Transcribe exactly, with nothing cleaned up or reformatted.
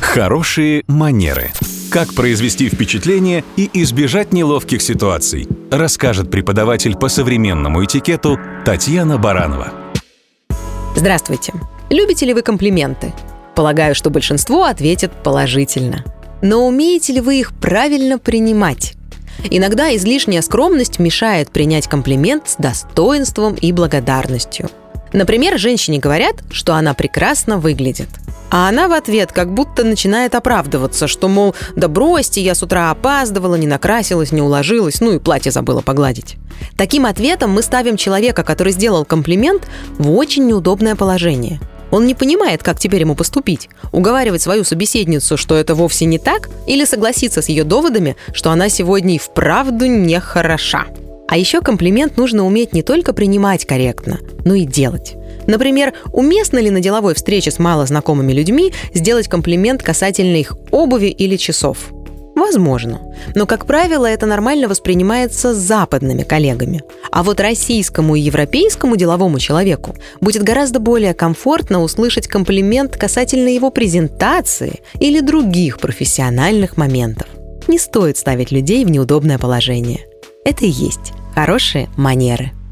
Хорошие манеры. Как произвести впечатление и избежать неловких ситуаций, расскажет преподаватель по современному этикету Татьяна Баранова. Здравствуйте! Любите ли вы комплименты? Полагаю, что большинство ответит положительно. Но умеете ли вы их правильно принимать? Иногда излишняя скромность мешает принять комплимент с достоинством и благодарностью. Например, женщине говорят, что она прекрасно выглядит. А она в ответ как будто начинает оправдываться, что, мол, да бросьте, я с утра опаздывала, не накрасилась, не уложилась, ну и платье забыла погладить. Таким ответом мы ставим человека, который сделал комплимент, в очень неудобное положение. Он не понимает, как теперь ему поступить. Уговаривать свою собеседницу, что это вовсе не так, или согласиться с ее доводами, что она сегодня и вправду не хороша. А еще комплимент нужно уметь не только принимать корректно, но и делать. Например, уместно ли на деловой встрече с малознакомыми людьми сделать комплимент касательно их обуви или часов? Возможно. Но, как правило, это нормально воспринимается западными коллегами. А вот российскому и европейскому деловому человеку будет гораздо более комфортно услышать комплимент касательно его презентации или других профессиональных моментов. Не стоит ставить людей в неудобное положение. Это и есть хорошие манеры.